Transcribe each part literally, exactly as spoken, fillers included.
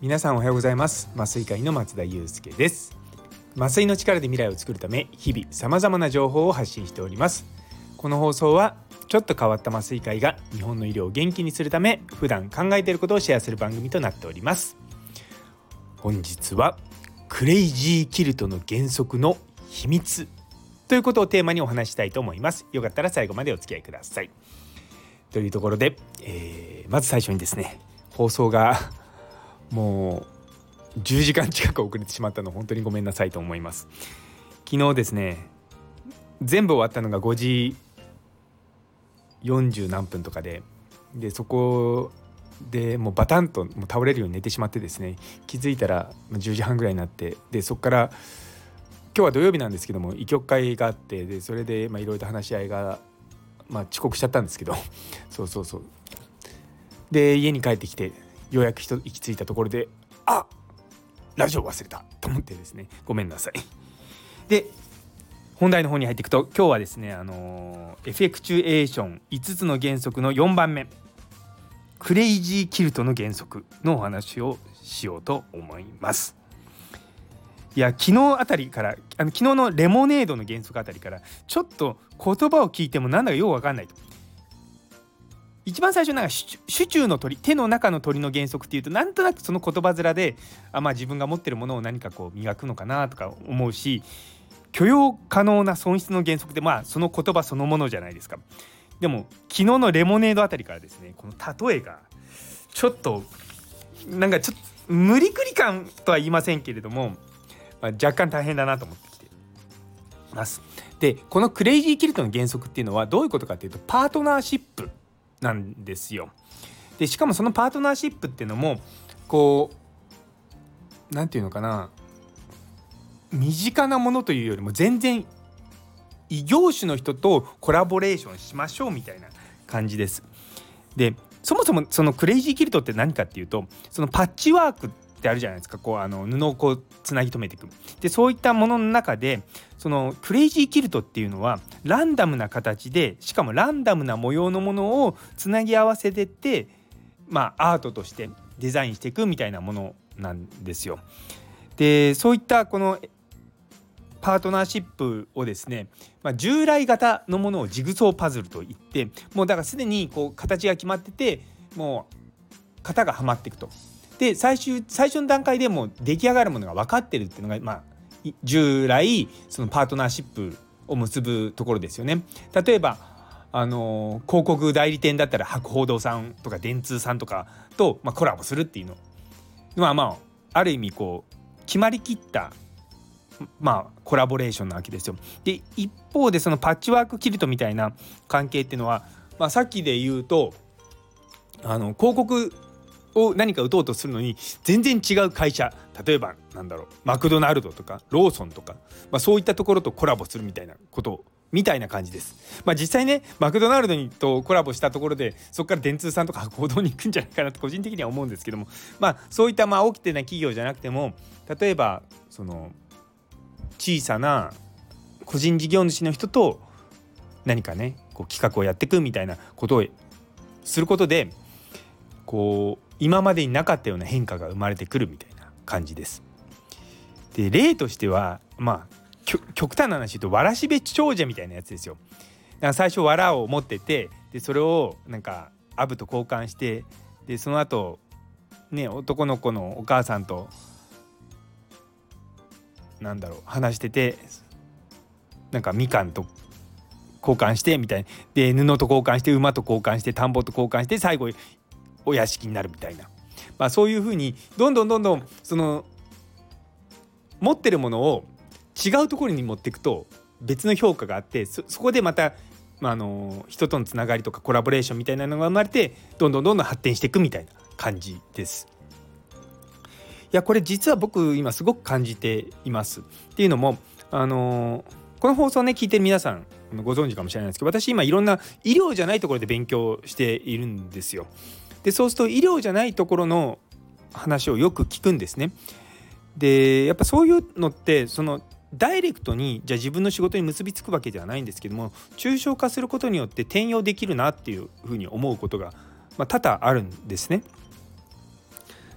皆さんおはようございます。麻酔科医の松田祐介です。麻酔の力で未来を作るため、日々さまざまな情報を発信しております。この放送はちょっと変わった麻酔科医が日本の医療を元気にするため、普段考えていることをシェアする番組となっております。本日はクレイジーキルトの原則の秘密ということをテーマにお話したいと思います。よかったら最後までお付き合いください。というところで、えー、まず最初にですね、放送がもうじゅうじかん近く遅れてしまったの本当にごめんなさいと思います。昨日ですね、全部終わったのがごじよんじゅう何分とかで、でそこでもうバタンともう倒れるように寝てしまってですね、気づいたらじゅうじはんぐらいになって、でそこから今日は土曜日なんですけども、医局会があって、でそれでいろいろと話し合いが、まあ、遅刻しちゃったんですけどそうそうそうで家に帰ってきてようやく行き着いたところで、あ、ラジオ忘れたと思ってですね、ごめんなさい。で本題の方に入っていくと、今日はですね、あのー、エフェクチュエーションいつつの原則のよんばんめ、クレイジーキルトの原則のお話をしようと思います。いや、昨日あたりからあの昨日のレモネードの原則あたりからちょっと言葉を聞いてもなんだかよく分かんないと。一番最初なんか手中の鳥、手の中の鳥の原則っていうと、なんとなくその言葉面で、あ、まあ自分が持ってるものを何かこう磨くのかなとか思うし、許容可能な損失の原則って、まあその言葉そのものじゃないですか。でも昨日のレモネードあたりからですね、この例えがちょっとなんかちょっと無理くり感とは言いませんけれども、まあ、若干大変だなと思ってきています。でこのクレイジーキルトの原則っていうのはどういうことかっていうと、パートナーシップなんですよ。でしかもそのパートナーシップっていうのもこうなんていうのかな、身近なものというよりも全然異業種の人とコラボレーションしましょうみたいな感じです。でそもそもそのクレイジーキルトって何かっていうと、そのパッチワークってあるじゃないですか。こうあの布をこうつなぎ止めていく。でそういったものの中で、そのクレイジーキルトっていうのはランダムな形で、しかもランダムな模様のものをつなぎ合わせてって、まあアートとしてデザインしていくみたいなものなんですよ。でそういったこのパートナーシップをですね、まあ、従来型のものをジグソーパズルといって、もうだからすでにこう形が決まってて、もう型がはまっていくと。で最終最初の段階でもう出来上がるものが分かってるっていうのが、まあ、従来そのパートナーシップを結ぶところですよね。例えばあの広告代理店だったら博報堂さんとか電通さんとかと、まあ、コラボするっていうのまあまあある意味こう決まりきったまあコラボレーションなわけですよ。で一方でそのパッチワークキルトみたいな関係っていうのは、まあ、さっきで言うとあの広告を何か打とうとするのに全然違う会社、例えばなんだろうマクドナルドとかローソンとか、まあ、そういったところとコラボするみたいなことみたいな感じです。まあ、実際ねマクドナルドにとコラボしたところで、そこから電通さんとか博報堂に行くんじゃないかなと個人的には思うんですけども、まあそういったまあ大きな企業じゃなくても、例えばその小さな個人事業主の人と何かねこう企画をやっていくみたいなことをすることで、こう今までになかったような変化が生まれてくるみたいな感じです。で例としては、まあ極端な話言うとわらしべ長者みたいなやつですよ。だから最初わらを持ってて、でそれをなんかアブと交換して、でその後ね男の子のお母さんとなんだろう話してて、なんかみかんと交換してみたいで、布と交換して馬と交換して田んぼと交換して最後お屋敷になるみたいな、まあ、そういうふうにどんどんどんどんその持ってるものを違うところに持っていくと別の評価があって、 そ, そこでまた、まあ、あの人とのつながりとかコラボレーションみたいなのが生まれて、どんどんどんどん発展していくみたいな感じです。いやこれ実は僕今すごく感じています。っていうのもあのこの放送ね聞いてる皆さんご存知かもしれないですけど、私今いろんな医療じゃないところで勉強しているんですよ。でそうすると医療じゃないところの話をよく聞くんですね。でやっぱそういうのってそのダイレクトにじゃあ自分の仕事に結びつくわけではないんですけども、抽象化することによって転用できるなっていうふうに思うことが、まあ、多々あるんですね。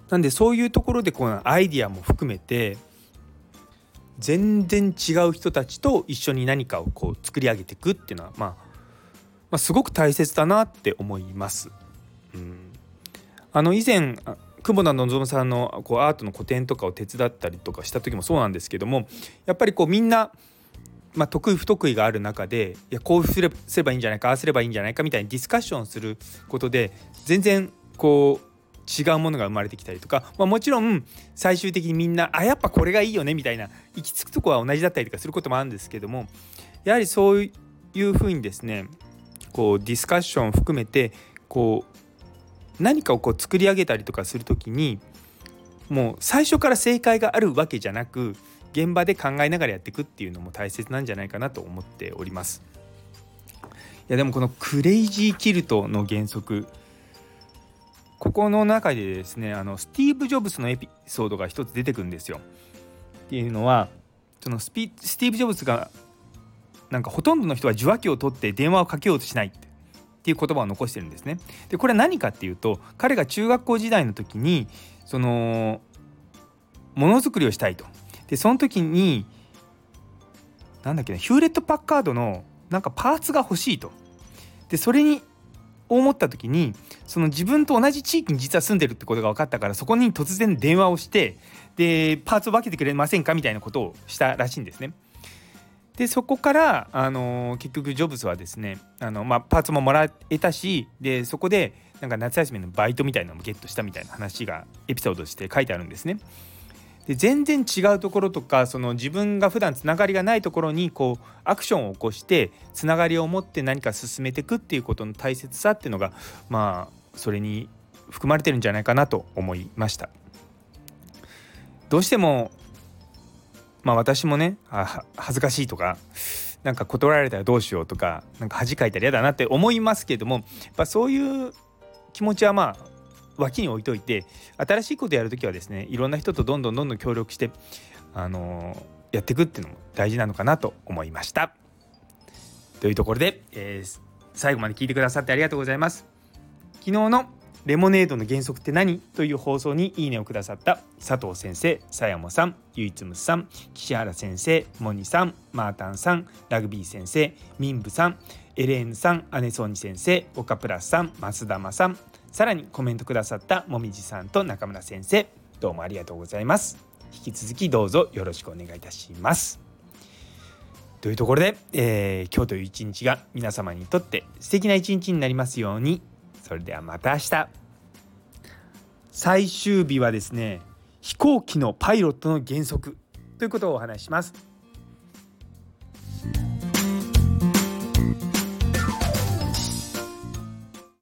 なんでそういうところでこのアイディアも含めて全然違う人たちと一緒に何かをこう作り上げていくっていうのは、まあ、まあすごく大切だなって思います。うん、あの以前久保田望さんのこうアートの個展とかを手伝ったりとかした時もそうなんですけども、やっぱりこうみんな、まあ、得意不得意がある中で、いやこうすればいいんじゃないか、ああすればいいんじゃないかみたいにディスカッションすることで全然こう違うものが生まれてきたりとか、まあ、もちろん最終的にみんなあやっぱこれがいいよねみたいな行き着くところは同じだったりとかすることもあるんですけども、やはりそういうふうにですね、こうディスカッションを含めてこう何かをこう作り上げたりとかするときに、もう最初から正解があるわけじゃなく現場で考えながらやっていくっていうのも大切なんじゃないかなと思っております。いやでもこのクレイジーキルトの原則、ここの中でですね、あのスティーブ・ジョブズのエピソードが一つ出てくるんですよ。っていうのは、そのスピスティーブ・ジョブズがなんかほとんどの人は受話器を取って電話をかけようとしないっていう言葉を残してるんですね。でこれは何かっていうと、彼が中学校時代の時にそのものづくりをしたいと。でその時になんだっけな、ヒューレット・パッカードのなんかパーツが欲しいと。でそれに思った時に、その自分と同じ地域に実は住んでるってことが分かったから、そこに突然電話をして、でパーツを分けてくれませんかみたいなことをしたらしいんですね。でそこから、あのー、結局ジョブズはですね、あの、まあ、パーツももらえたし、でそこでなんか夏休みのバイトみたいなのもゲットしたみたいな話がエピソードとして書いてあるんですね。で全然違うところとか、その自分が普段つながりがないところにこうアクションを起こしてつながりを持って何か進めていくっていうことの大切さっていうのが、まあそれに含まれてるんじゃないかなと思いました。どうしてもまあ私もね、あ恥ずかしいとか、なんか断られたらどうしようとか、なんか恥かいたら嫌だなって思いますけれども、やっぱそういう気持ちはまあ脇に置いといて、新しいことやるときはですね、いろんな人とどんどんどんどん協力して、あのー、やっていくっていうのも大事なのかなと思いました。というところで、えー、最後まで聞いてくださってありがとうございます。昨日のレモネードの原則って何という放送にいいねをくださった佐藤先生、さやもさん、ゆいつむさん、岸原先生、もにさん、マータンさん、ラグビー先生、ミンブさん、エレーヌさん、アネソーニ先生、岡プラスさん、増田さん、さらにコメントくださったもみじさんと中村先生、どうもありがとうございます。引き続きどうぞよろしくお願いいたします。というところで、えー、今日という一日が皆様にとって素敵な一日になりますように。それではまた明日。最終日はですね、飛行機のパイロットの原則ということをお話しします。